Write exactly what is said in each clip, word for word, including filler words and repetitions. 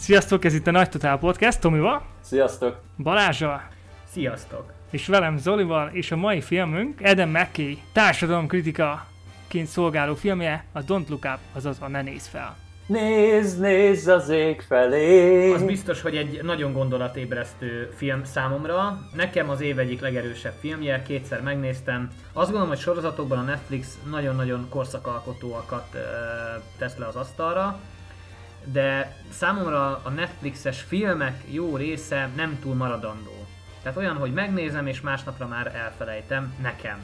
Sziasztok, ez itt a Nagy Totál Podcast, Tomival. Sziasztok. Balázsral. Sziasztok. És velem Zolival, és a mai filmünk Adam McKay társadalomkritikaként szolgáló filmje, a Don't Look Up, azaz a Ne Nézz Fel. Nézz, nézz az ég felé. Az biztos, hogy egy nagyon gondolatébresztő film számomra. Nekem az év egyik legerősebb filmje, kétszer megnéztem. Azt gondolom, hogy sorozatokban a Netflix nagyon-nagyon korszakalkotóakat uh, tesz le az asztalra, de számomra a Netflixes filmek jó része nem túl maradandó. Tehát olyan, hogy megnézem és másnapra már elfelejtem, nekem.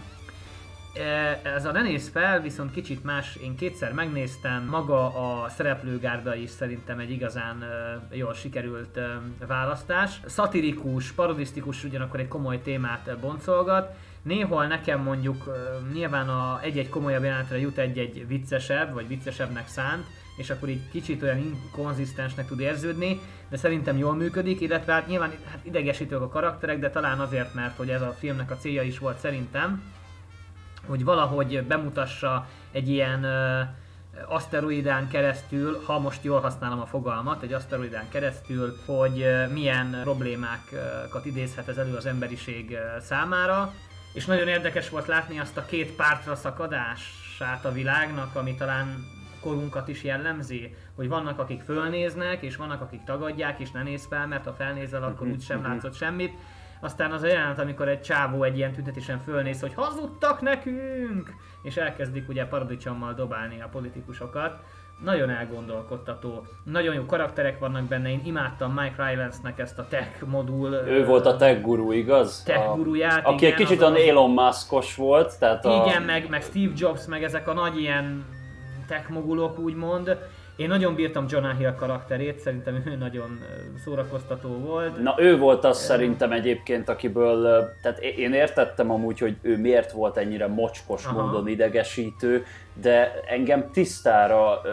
Ez a Ne Nézz Fel viszont kicsit más, én kétszer megnéztem, maga a szereplőgárda is szerintem egy igazán jól sikerült választás. Szatirikus, parodisztikus, ugyanakkor egy komoly témát boncolgat. Néhol nekem mondjuk nyilván a egy-egy komolyabb jelenetre jut egy-egy viccesebb, vagy viccesebbnek szánt, és akkor így kicsit olyan inkonzisztensnek tud érződni, de szerintem jól működik, illetve hát nyilván hát idegesítők a karakterek, de talán azért, mert hogy ez a filmnek a célja is volt szerintem, hogy valahogy bemutassa egy ilyen uh, aszteroidán keresztül, ha most jól használom a fogalmat, egy aszteroidán keresztül, hogy uh, milyen problémákat idézhet ez elő az emberiség uh, számára. És nagyon érdekes volt látni azt a két pártra szakadását a világnak, ami talán korunkat is jellemzi, hogy vannak akik fölnéznek, és vannak akik tagadják, és ne nézz fel, mert ha felnézel, akkor úgysem látszott semmit. Aztán az a jelenet, amikor egy csávó egy ilyen tüntetésen fölnéz, hogy hazudtak nekünk! És elkezdik ugye paradicsommal dobálni a politikusokat. Nagyon elgondolkodtató. Nagyon jó karakterek vannak benne, én imádtam Mike Rylance-nek ezt a tech modul. Ő volt a tech guru, igaz? Tech guruját, aki igen, egy kicsit olyan Elon Muskos volt. Tehát a... Igen, meg, meg Steve Jobs, meg ezek a nagy ilyen tech mogulok úgymond. Én nagyon bírtam Jonah Hill karakterét, szerintem ő nagyon szórakoztató volt. Na ő volt az szerintem egyébként, akiből, tehát én értettem amúgy, hogy ő miért volt ennyire mocskos Aha. módon idegesítő, de engem tisztára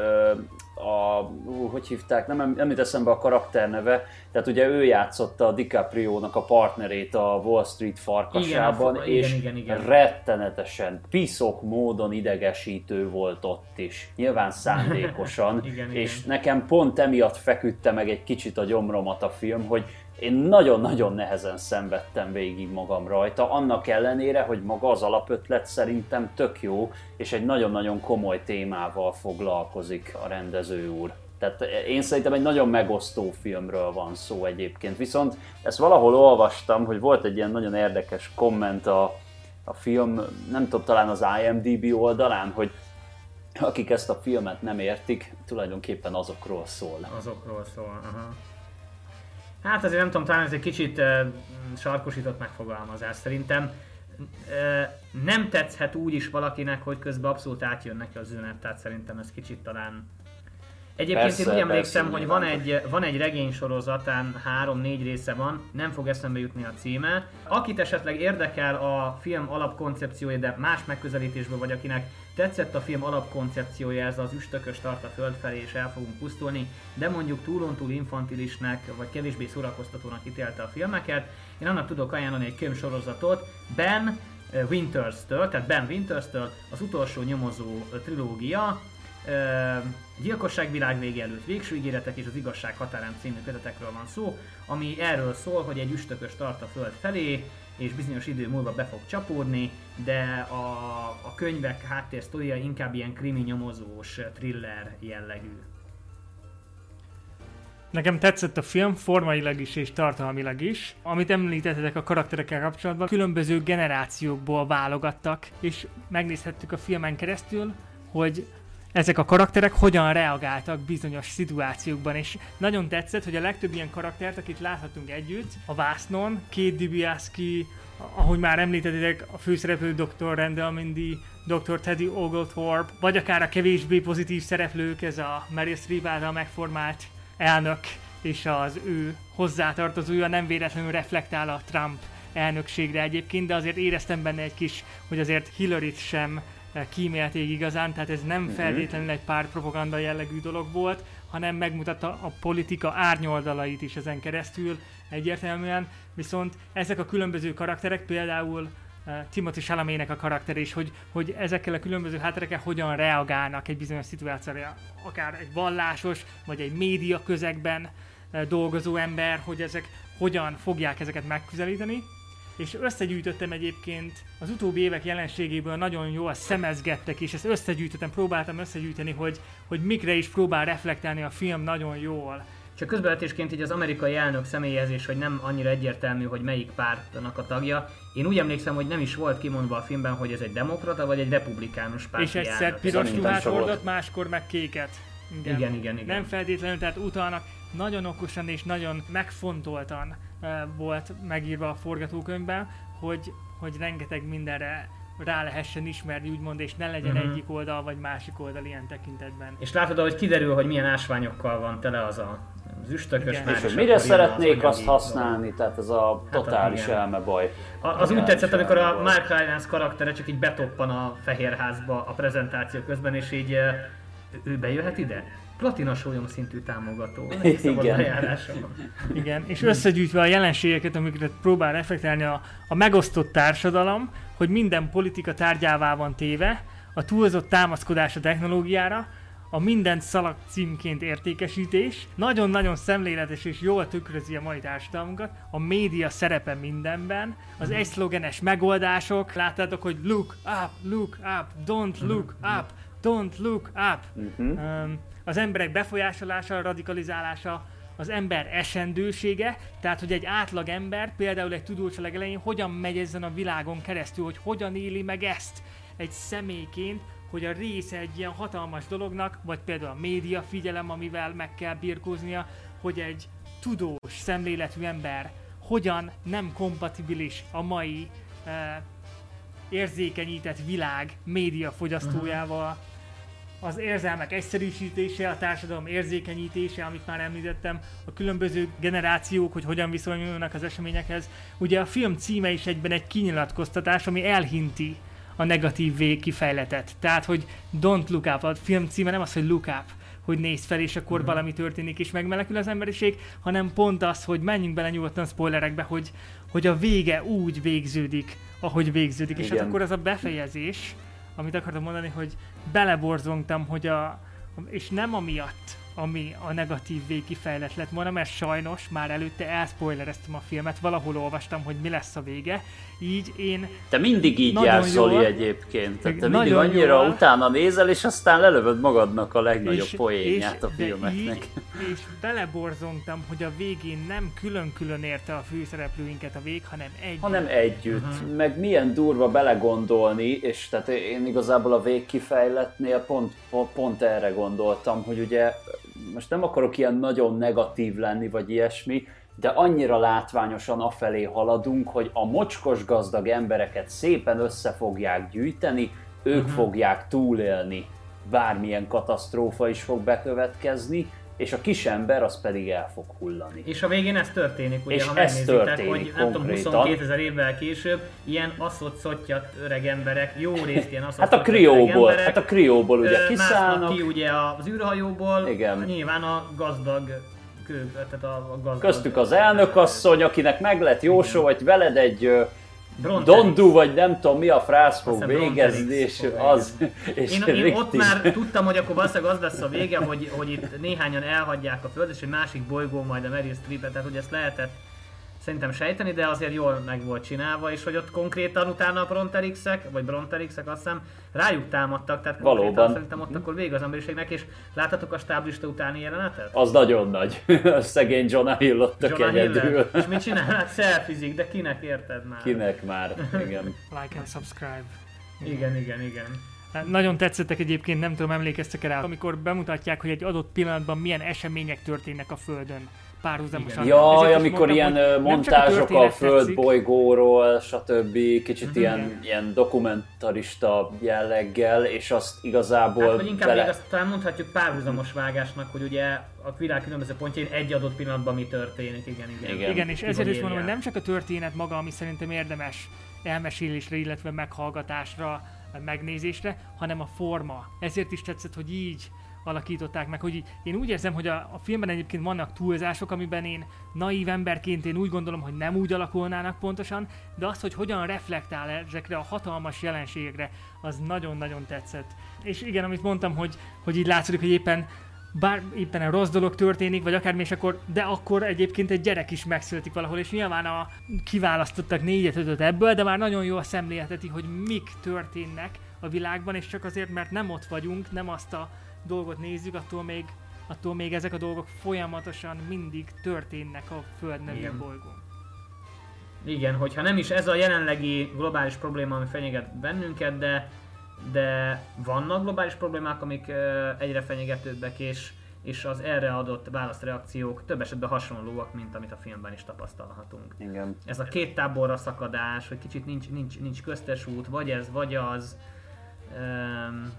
a, hogy hívták, nem, nem jut eszembe a karakterneve, tehát ugye ő játszotta a DiCaprio-nak a partnerét a Wall Street farkasában, igen, és igen, igen, igen. rettenetesen, piszok módon idegesítő volt ott is, nyilván szándékosan, igen, és igen. nekem pont emiatt feküdte meg egy kicsit a gyomromat a film, hogy én nagyon-nagyon nehezen szenvedtem végig magam rajta, annak ellenére, hogy maga az alapötlet szerintem tök jó, és egy nagyon-nagyon komoly témával foglalkozik a rendező úr. Tehát én szerintem egy nagyon megosztó filmről van szó egyébként, viszont ezt valahol olvastam, hogy volt egy ilyen nagyon érdekes komment a, a film, nem tudom, talán az IMDb oldalán, hogy akik ezt a filmet nem értik, tulajdonképpen azokról szól. Azokról szól, aha. Hát azért nem tudom, talán ez egy kicsit uh, sarkosított megfogalmazás. Szerintem uh, nem tetszhet úgy is valakinek, hogy közben abszolút átjön neki az üzenet, tehát szerintem ez kicsit talán... Egyébként persze, én úgy emlékszem, persze, hogy van egy, van egy regénysorozatán, három-négy része van, nem fog eszembe jutni a címe. Akit esetleg érdekel a film alapkoncepciója, de más megközelítésből, vagy akinek tetszett a film alapkoncepciója, ez az üstökös tart a föld felé és el fogunk pusztulni, de mondjuk túlontúl infantilisnek, vagy kevésbé szórakoztatónak ítélte a filmeket, én annak tudok ajánlani egy könyvsorozatot, Ben Winters-től, tehát Ben Winters-től az utolsó nyomozó trilógia, Gyilkosság világvége előtt, Végső ígéretek és az igazság határán című kötetekről van szó, ami erről szól, hogy egy üstökös tart a föld felé, és bizonyos idő múlva be fog csapódni, de a, a könyvek háttérsztoria inkább ilyen krimi nyomozós, thriller jellegű. Nekem tetszett a film formailag is és tartalmilag is. Amit említettetek a karakterekkel kapcsolatban, különböző generációkból válogattak, és megnézhettük a filmen keresztül, hogy ezek a karakterek hogyan reagáltak bizonyos szituációkban, és nagyon tetszett, hogy a legtöbb ilyen karaktert, akit láthatunk együtt, a vásznon, Kate Dibiasky, ahogy már említettétek, a főszereplő doktor Randall Mindy, doktor Teddy Oglethorpe, vagy akár a kevésbé pozitív szereplők, ez a Meryl Streep által megformált elnök, és az ő hozzátartozója nem véletlenül reflektál a Trump elnökségre egyébként, de azért éreztem benne egy kis, hogy azért Hillary-t sem kímélték igazán, tehát ez nem feltétlenül egy pártpropaganda jellegű dolog volt, hanem megmutatta a politika árnyoldalait is ezen keresztül egyértelműen, viszont ezek a különböző karakterek, például uh, Timothée Chalametnek a karakter is, hogy, hogy ezekkel a különböző hátterekkel hogyan reagálnak egy bizonyos szituációra, akár egy vallásos, vagy egy média közegben, dolgozó ember, hogy ezek hogyan fogják ezeket megközelíteni. És összegyűjtöttem egyébként az utóbbi évek jelenségéből nagyon jól szemezgettek, és ezt összegyűjtöttem, próbáltam összegyűjteni, hogy, hogy mikre is próbál reflektálni a film nagyon jól. Csak közbevetésként így az amerikai elnök személyhez is, hogy nem annyira egyértelmű, hogy melyik pártnak a tagja. Én úgy emlékszem, hogy nem is volt kimondva a filmben, hogy ez egy demokrata vagy egy republikánus párti És egyszer elnök. piros ruhát hordott, máskor meg kéket. Igen. Igen, igen, igen. Nem feltétlenül, tehát utalnak, nagyon okosan és nagyon megfontoltan uh, volt megírva a forgatókönyvben, hogy, hogy rengeteg mindenre rá lehessen ismerni, úgymond, és ne legyen uh-huh. egyik oldal vagy másik oldal ilyen tekintetben. És látod, hogy kiderül, hogy milyen ásványokkal van tele az a az üstökös már. És hogy mire szeretnék azt használni, tehát ez a totális hát, elmebaj. Az úgy tetszett, amikor a Mark Rylance karaktere csak így betoppan a Fehérházba a prezentáció közben, és így ő bejöhet ide? Platina sólyom szintű támogató. Igen. Igen, és összegyűjtve a jelenségeket, amiket próbál reflektálni a, a megosztott társadalom, hogy minden politika tárgyává van téve, a túlzott támaszkodás a technológiára, a mindent szalag címként értékesítés, nagyon-nagyon szemléletes és jól tükrözi a mai társadalmunkat, a média szerepe mindenben, az egyszlogenes megoldások, láttátok, hogy look up, look up, don't look up, don't look up. Uh-huh. Um, az emberek befolyásolása, radikalizálása, az ember esendősége, tehát hogy egy átlag ember, például egy tudós a legelején, hogyan megy ezen a világon keresztül, hogy hogyan éli meg ezt egy személyként, hogy a része egy ilyen hatalmas dolognak, vagy például a média figyelem, amivel meg kell birkóznia, hogy egy tudós szemléletű ember hogyan nem kompatibilis a mai eh, érzékenyített világ média fogyasztójával. Az érzelmek egyszerűsítése, a társadalom érzékenyítése, amit már említettem, a különböző generációk, hogy hogyan viszonyulnak az eseményekhez. Ugye a film címe is egyben egy kinyilatkoztatás, ami elhinti a negatív végkifejletet. Tehát, hogy don't look up, a film címe nem az, hogy look up, hogy nézz fel, és akkor uh-huh. valami történik, és megmenekül az emberiség, hanem pont az, hogy menjünk bele nyugodtan spoilerekbe, hogy, hogy a vége úgy végződik, ahogy végződik. Igen. És hát akkor az a befejezés, amit akartam mondani, hogy beleborzongtam, hogy a, és nem amiatt, ami a negatív végkifejlet lett volna, mert sajnos már előtte elspoilereztem a filmet, valahol olvastam, hogy mi lesz a vége, így én... Te mindig így jársz, Zoli, egyébként, tehát te mindig annyira jól, utána nézel, és aztán lelövöd magadnak a legnagyobb és, poénját a filmeknek. Így, és beleborzongtam, hogy a végén nem külön-külön érte a főszereplőinket a vég, hanem együtt. Hanem együtt, uh-huh. meg milyen durva belegondolni, és tehát én igazából a végkifejletnél pont, pont, pont erre gondoltam, hogy ugye most nem akarok ilyen nagyon negatív lenni, vagy ilyesmi, de annyira látványosan afelé haladunk, hogy a mocskos gazdag embereket szépen össze fogják gyűjteni, ők uh-huh. fogják túlélni, bármilyen katasztrófa is fog bekövetkezni, és a kisember az pedig el fog hullani. És a végén ez történik, ugye, és ha ez megnézitek, történik, hogy nem tudom, huszonkétezer évvel később ilyen asszott-szottyat öreg emberek, jó részt ilyen asszott-szottyat hát a krióból, hát a krióból ugye kiszállnak. Ki ugye az űrhajóból, igen. Nyilván a gazdag kő, tehát a gazdag... Köztük az elnökasszony, akinek meg lett jósó, vagy veled egy Dondu, vagy nem tudom mi a frász fog végezni, és az... És én, én ott már tudtam, hogy akkor valószínűleg az lesz a vége, hogy, hogy itt néhányan elhagyják a Földet, és egy másik bolygó majd a Meryl Streep-et, tehát hogy ezt lehetett szerintem sejteni, de azért jól meg volt csinálva, és hogy ott konkrétan utána a Bronterixek, vagy Bronterixek azt hiszem rájuk támadtak, tehát valóban szerintem ott akkor vége az emberiségnek, és láthatok a stáblista utáni jelenetet? Az nagyon nagy. Szegény Jonah Hill ott tök egyedül. És mit csinál? Hát selfizik, de kinek érted már? Kinek már, igen. Like and subscribe. Igen, igen, igen. Nagyon tetszettek egyébként, nem tudom, emlékeztek rá, amikor bemutatják, hogy egy adott pillanatban milyen események történnek a Földön párhuzamosan. Jaj, amikor mondtam, ilyen montázsok a, a földbolygóról, stb. Kicsit mm-hmm. ilyen, ilyen dokumentarista jelleggel, és azt igazából... Hát, vagy inkább bele... még azt talán mondhatjuk párhuzamos vágásnak, hogy ugye a világ különböző pontjain egy adott pillanatban mi történik. Igen, igen. Igen, igen és ezért is mondom, hogy nem csak a történet maga, ami szerintem érdemes elmesélésre, illetve meghallgatásra, megnézésre, hanem a forma. Ezért is tetszett, hogy így alakították meg, hogy így, én úgy érzem, hogy a, a filmben egyébként vannak túlzások, amiben én naív emberként én úgy gondolom, hogy nem úgy alakulnának pontosan, de az, hogy hogyan reflektál ezekre a hatalmas jelenségekre, az nagyon-nagyon tetszett. És igen, amit mondtam, hogy, hogy így látszik, hogy éppen bár éppen egy rossz dolog történik, vagy akármi, és akkor, de akkor egyébként egy gyerek is megszületik valahol, és nyilván a kiválasztottak négyet, ötöt ebből, de már nagyon jól szemlélteti, hogy mik történnek a világban, és csak azért, mert nem ott vagyunk, nem azt a dolgot nézzük, attól még, attól még ezek a dolgok folyamatosan mindig történnek a Föld nevű bolygón. Igen, hogyha nem is ez a jelenlegi globális probléma, ami fenyeget bennünket, de, de vannak globális problémák, amik uh, egyre fenyegetőbbek, és, és az erre adott válaszreakciók több esetben hasonlóak, mint amit a filmben is tapasztalhatunk. Igen. Ez a két táborra szakadás, hogy kicsit nincs, nincs, nincs köztes út, vagy ez, vagy az, um,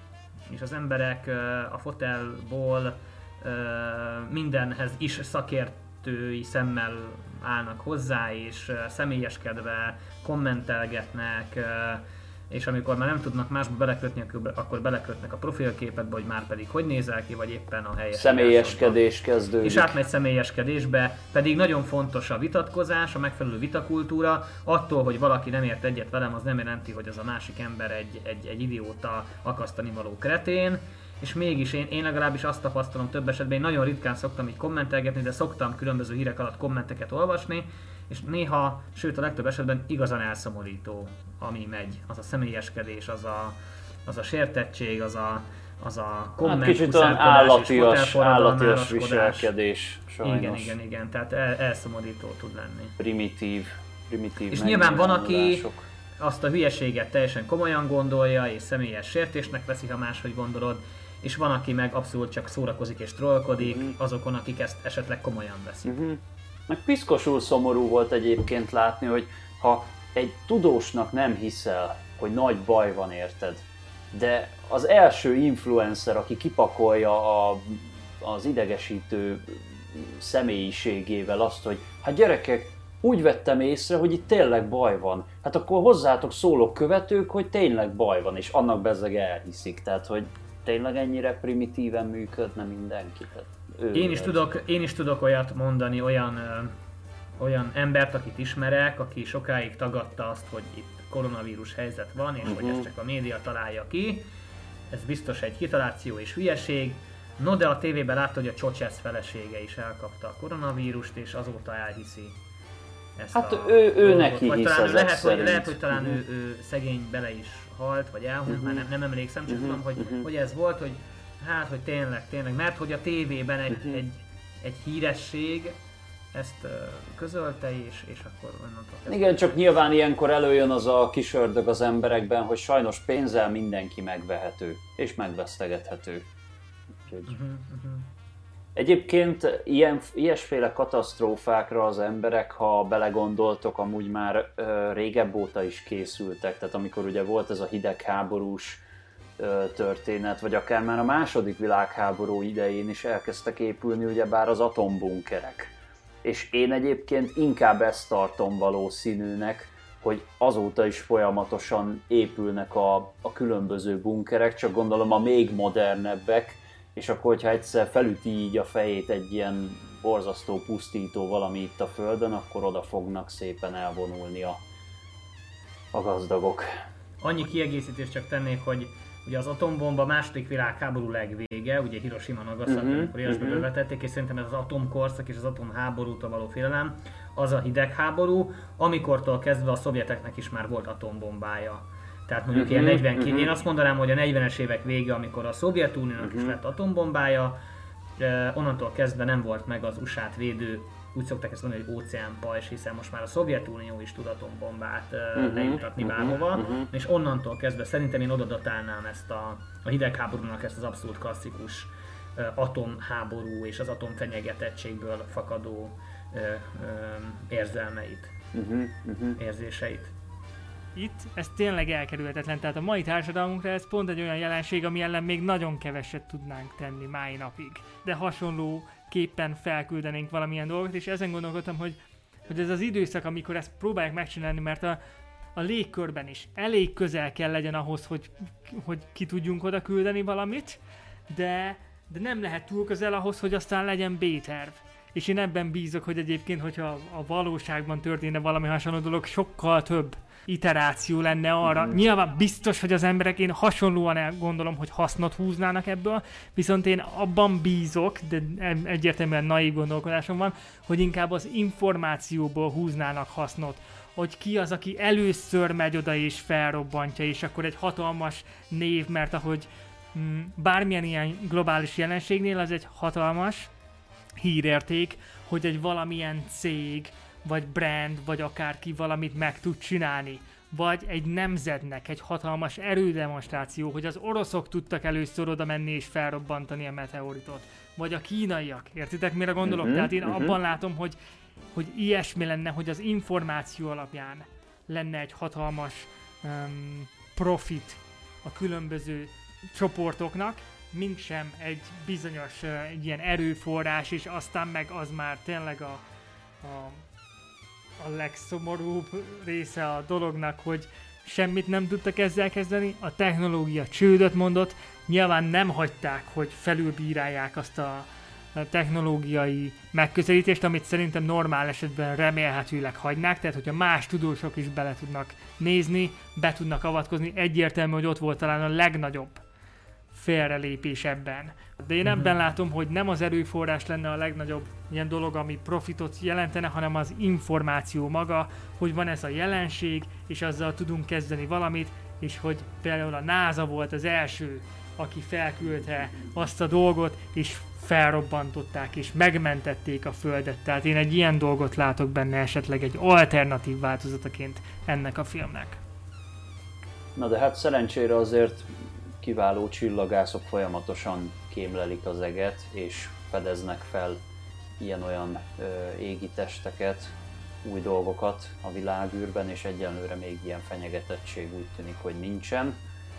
és az emberek uh, a fotelból uh, mindenhez is szakértői szemmel állnak hozzá, és személyeskedve kommentelgetnek, és amikor már nem tudnak másba belekötni, akkor belekötnek a profilképetbe, hogy már pedig hogy nézel ki, vagy éppen a helyes. Személyeskedés kezdődik. És átmegy személyeskedésbe, pedig nagyon fontos a vitatkozás, a megfelelő vitakultúra. Attól, hogy valaki nem ért egyet velem, az nem jelenti, hogy az a másik ember egy, egy, egy idióta, akasztani való kretén. És mégis én, én legalábbis azt tapasztalom több esetben, én nagyon ritkán szoktam így kommentelgetni, de szoktam különböző hírek alatt kommenteket olvasni, és néha, sőt a legtöbb esetben igazán elszomorító, ami megy. Az a személyeskedés, az a, az a sértettség, az a, az a komment, hát kicsit olyan állatias, állatias viselkedés. Sajnos. Igen, igen, igen, tehát el, elszomorító tud lenni. Primitív, primitív. És nyilván van, aki azt a hülyeséget teljesen komolyan gondolja, és személyes sértésnek veszi, ha máshogy gondolod, és van, aki meg abszolút csak szórakozik és trollkodik uh-huh. azokon, akik ezt esetleg komolyan veszik. Uh-huh. Meg piszkosul szomorú volt egyébként látni, hogy ha egy tudósnak nem hiszel, hogy nagy baj van érted, de az első influencer, aki kipakolja a, az idegesítő személyiségével azt, hogy hát gyerekek, úgy vettem észre, hogy itt tényleg baj van. Hát akkor hozzátok szólok követők, hogy tényleg baj van, és annak bezzeg elhiszik. Tehát, hogy tényleg ennyire primitíven működne mindenki. Tehát én, is tudok, én is tudok olyat mondani, olyan, ö, olyan embert, akit ismerek, aki sokáig tagadta azt, hogy itt koronavírus helyzet van, és uh-huh. hogy ezt csak a média találja ki. Ez biztos egy kitaláció és hülyeség. No, de a tévében látta, hogy a Csocsesz felesége is elkapta a koronavírust, és azóta elhiszi. Ezt hát a ő, ő dolgot. neki vagy hisz talán lehet, szerint. hogy, lehet, hogy talán uh-huh. ő, ő szegény bele is halt, vagy elhunyt, uh-huh. már nem, nem emlékszem, csak uh-huh. tudom, hogy, uh-huh. hogy ez volt, hogy hát, hogy tényleg, tényleg, mert hogy a tévében egy, uh-huh. egy, egy híresség ezt uh, közölte, és, és akkor onnantól kezdve. Igen, csak nyilván ilyenkor előjön az a kis ördög az emberekben, hogy sajnos pénzzel mindenki megvehető, és megvesztegethető. Úgyhogy... Uh-huh. Uh-huh. Egyébként ilyen, ilyesféle katasztrófákra az emberek, ha belegondoltok, amúgy már ö, régebb óta is készültek. Tehát amikor ugye volt ez a hidegháborús ö, történet, vagy akár már a második világháború idején is elkezdtek épülni ugyebár az atombunkerek. És én egyébként inkább ezt tartom valószínűnek, hogy azóta is folyamatosan épülnek a, a különböző bunkerek, csak gondolom a még modernebbek, és akkor, hogyha egyszer felüti így a fejét egy ilyen borzasztó, pusztító valami itt a Földön, akkor oda fognak szépen elvonulni a, a gazdagok. Annyi kiegészítést csak tennék, hogy ugye az atombomba második világháború legvége, ugye Hiroshima Nagasaki, uh-huh, amikor élesbe uh-huh. bevetették, és szerintem ez az atomkorszak és az atomháborútól való félelem, az a hidegháború, amikortól kezdve a szovjeteknek is már volt atombombája. Tehát mondjuk uh-huh, ilyen negyvenkét, uh-huh. én azt mondanám, hogy a negyvenes évek vége, amikor a Szovjetuniónak uh-huh. is lett atombombája, eh, onnantól kezdve nem volt meg az u es á-t védő, úgy szokták ezt mondani, hogy óceánpajzs, hiszen most már a Szovjetunió is tud atombombát eh, uh-huh, lejutatni uh-huh, bárhova, uh-huh. és onnantól kezdve szerintem én oda datálnám ezt a, a hidegháborúnak ezt az abszolút klasszikus eh, atomháború és az atomfenyegetettségből fakadó eh, eh, érzelmeit, uh-huh, uh-huh. érzéseit. Itt ez tényleg elkerülhetetlen, tehát a mai társadalmunkra ez pont egy olyan jelenség, ami ellen még nagyon keveset tudnánk tenni mai napig. De hasonlóképpen felküldenénk valamilyen dolgot, és ezen gondolkodtam, hogy, hogy ez az időszak, amikor ezt próbálják megcsinálni, mert a, a légkörben is elég közel kell legyen ahhoz, hogy, hogy ki tudjunk oda küldeni valamit, de, de nem lehet túl közel ahhoz, hogy aztán legyen B-terv. és én ebben bízok, hogy egyébként, hogyha a valóságban történne valami hasonló dolog, sokkal több iteráció lenne arra. Mm. Nyilván biztos, hogy az emberek, én hasonlóan gondolom, hogy hasznot húznának ebből, viszont én abban bízok, de egyértelműen naív gondolkodásom van, hogy inkább az információból húznának hasznot. Hogy ki az, aki először megy oda és felrobbantja, és akkor egy hatalmas név, mert ahogy mm, bármilyen ilyen globális jelenségnél az egy hatalmas hírérték, hogy egy valamilyen cég, vagy brand, vagy akárki valamit meg tud csinálni. Vagy egy nemzetnek egy hatalmas erődemonstráció, hogy az oroszok tudtak először oda menni és felrobbantani a meteoritot. Vagy a kínaiak. Értitek, mire gondolok? Mm-hmm, Tehát én mm-hmm. abban látom, hogy, hogy ilyesmi lenne, hogy az információ alapján lenne egy hatalmas um, profit a különböző csoportoknak, mintsem egy bizonyos uh, egy ilyen erőforrás, és aztán meg az már tényleg a, a a legszomorúbb része a dolognak, hogy semmit nem tudtak ezzel kezdeni, a technológia csődöt mondott, nyilván nem hagyták, hogy felülbírálják azt a technológiai megközelítést, amit szerintem normál esetben remélhetőleg hagynák, tehát hogyha más tudósok is bele tudnak nézni, be tudnak avatkozni, egyértelmű, hogy ott volt talán a legnagyobb félrelépés ebben. De én ebben látom, hogy nem az erőforrás lenne a legnagyobb ilyen dolog, ami profitot jelentene, hanem az információ maga, hogy van ez a jelenség, és azzal tudunk kezdeni valamit, és hogy például a NASA volt az első, aki felküldte azt a dolgot, és felrobbantották, és megmentették a Földet. Tehát én egy ilyen dolgot látok benne, esetleg egy alternatív változataként ennek a filmnek. Na de hát szerencsére azért kiváló csillagászok folyamatosan kémlelik az eget, és fedeznek fel ilyen-olyan ö, égi testeket, új dolgokat a világűrben, és egyenlőre még ilyen fenyegetettség úgy tűnik, hogy nincsen.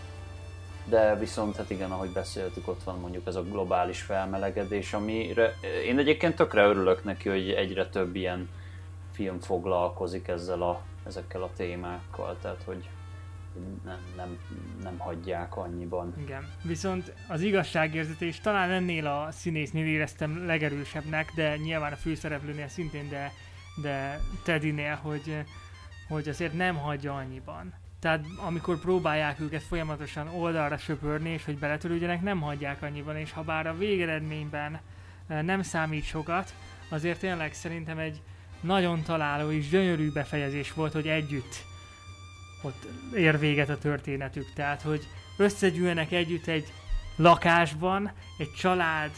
De viszont, hát igen, ahogy beszéltük, ott van mondjuk ez a globális felmelegedés, amire én egyébként tökre örülök neki, hogy egyre több ilyen film foglalkozik ezzel a, ezekkel a témákkal, tehát hogy Nem, nem, nem hagyják annyiban. Igen. Viszont az igazságérzet, és talán ennél a színésznél éreztem legerősebbnek, de nyilván a főszereplőnél szintén, de, de Teddynél, hogy, hogy azért nem hagyja annyiban. Tehát amikor próbálják őket folyamatosan oldalra söpörni, és hogy beletörődjenek, nem hagyják annyiban, és ha bár a végeredményben nem számít sokat, azért tényleg szerintem egy nagyon találó és gyönyörű befejezés volt, hogy együtt ott ér véget a történetük. Tehát, hogy összegyűlnek együtt egy lakásban, egy család,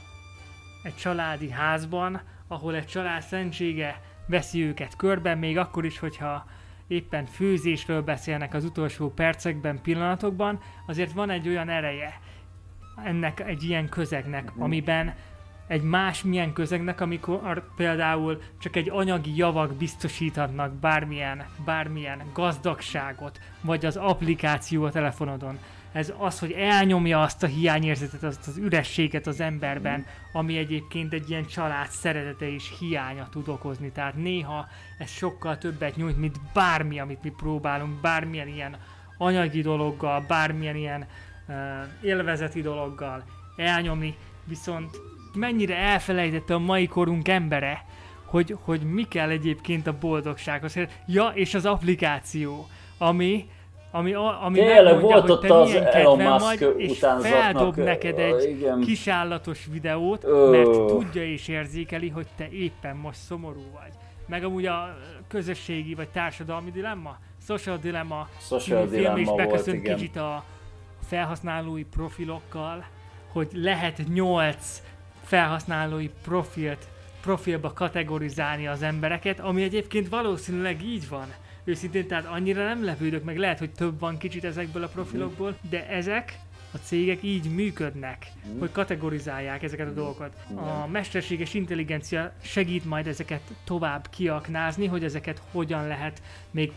egy családi házban, ahol egy család szentsége veszi őket körben, még akkor is, hogyha éppen főzésről beszélnek az utolsó percekben, pillanatokban, azért van egy olyan ereje ennek egy ilyen közegnek, amiben egy másmilyen közegnek, amikor például csak egy anyagi javak biztosíthatnak bármilyen, bármilyen gazdagságot, vagy az applikáció a telefonodon. Ez az, hogy elnyomja azt a hiányérzetet, azt az ürességet az emberben, ami egyébként egy ilyen család szeretete és hiánya tud okozni. Tehát néha ez sokkal többet nyújt, mint bármi, amit mi próbálunk, bármilyen ilyen anyagi dologgal, bármilyen ilyen uh, élvezeti dologgal elnyomni, viszont mennyire elfelejtette a mai korunk embere, hogy, hogy mi kell egyébként a boldogsághoz. Ja, és az applikáció, ami, ami, ami tényleg megmondja, hogy te milyen kedven vagy, és feldob neked egy igen. kisállatos videót, Ö. mert tudja és érzékeli, hogy te éppen most szomorú vagy. Meg amúgy a közösségi vagy társadalmi dilemma, social dilemma, social film is beköszönt volt, kicsit a felhasználói profilokkal, hogy lehet nyolc felhasználói profilt, profilba kategorizálni az embereket, ami egyébként valószínűleg így van. Őszintén, tehát annyira nem lepődök, meg lehet, hogy több van kicsit ezekből a profilokból, de ezek a cégek így működnek, mm. hogy kategorizálják ezeket a dolgokat. A mesterséges intelligencia segít majd ezeket tovább kiaknázni, hogy ezeket hogyan lehet még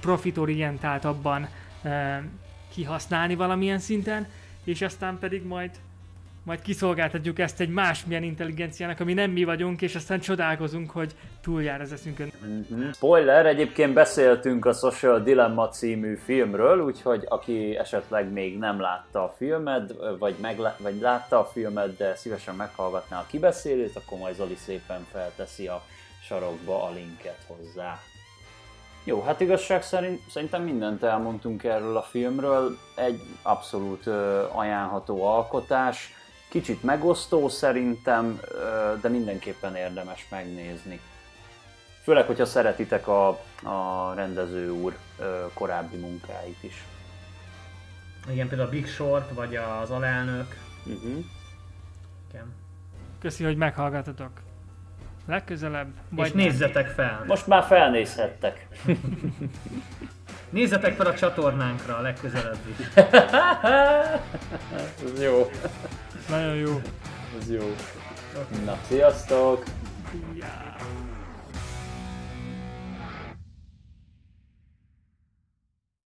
profitorientáltabban e, kihasználni valamilyen szinten, és aztán pedig majd majd kiszolgáltatjuk ezt egy másmilyen intelligenciának, ami nem mi vagyunk, és aztán csodálkozunk, hogy túljár az eszünkön. Mm-hmm. Spoiler, egyébként beszéltünk a Social Dilemma című filmről, úgyhogy aki esetleg még nem látta a filmet, vagy, meglá- vagy látta a filmet, de szívesen meghallgatná a kibeszélőt, akkor majd Zoli szépen felteszi a sarokba a linket hozzá. Jó, hát igazság szerint szerintem mindent elmondtunk erről a filmről, egy abszolút ö, ajánlható alkotás, kicsit megosztó szerintem, ö, de mindenképpen érdemes megnézni. Főleg, hogyha szeretitek a, a rendező úr ö, korábbi munkáit is. Igen, például a Big Short, vagy az Alelnök. Uh-huh. Igen. Köszi, hogy meghallgatatok. Legközelebb. És nézzetek fel! Most már felnézhettek. Nézzetek fel a csatornánkra a legközelebb is. Ez jó. Nagyon jó. Ez jó. Na, sziasztok! Yeah.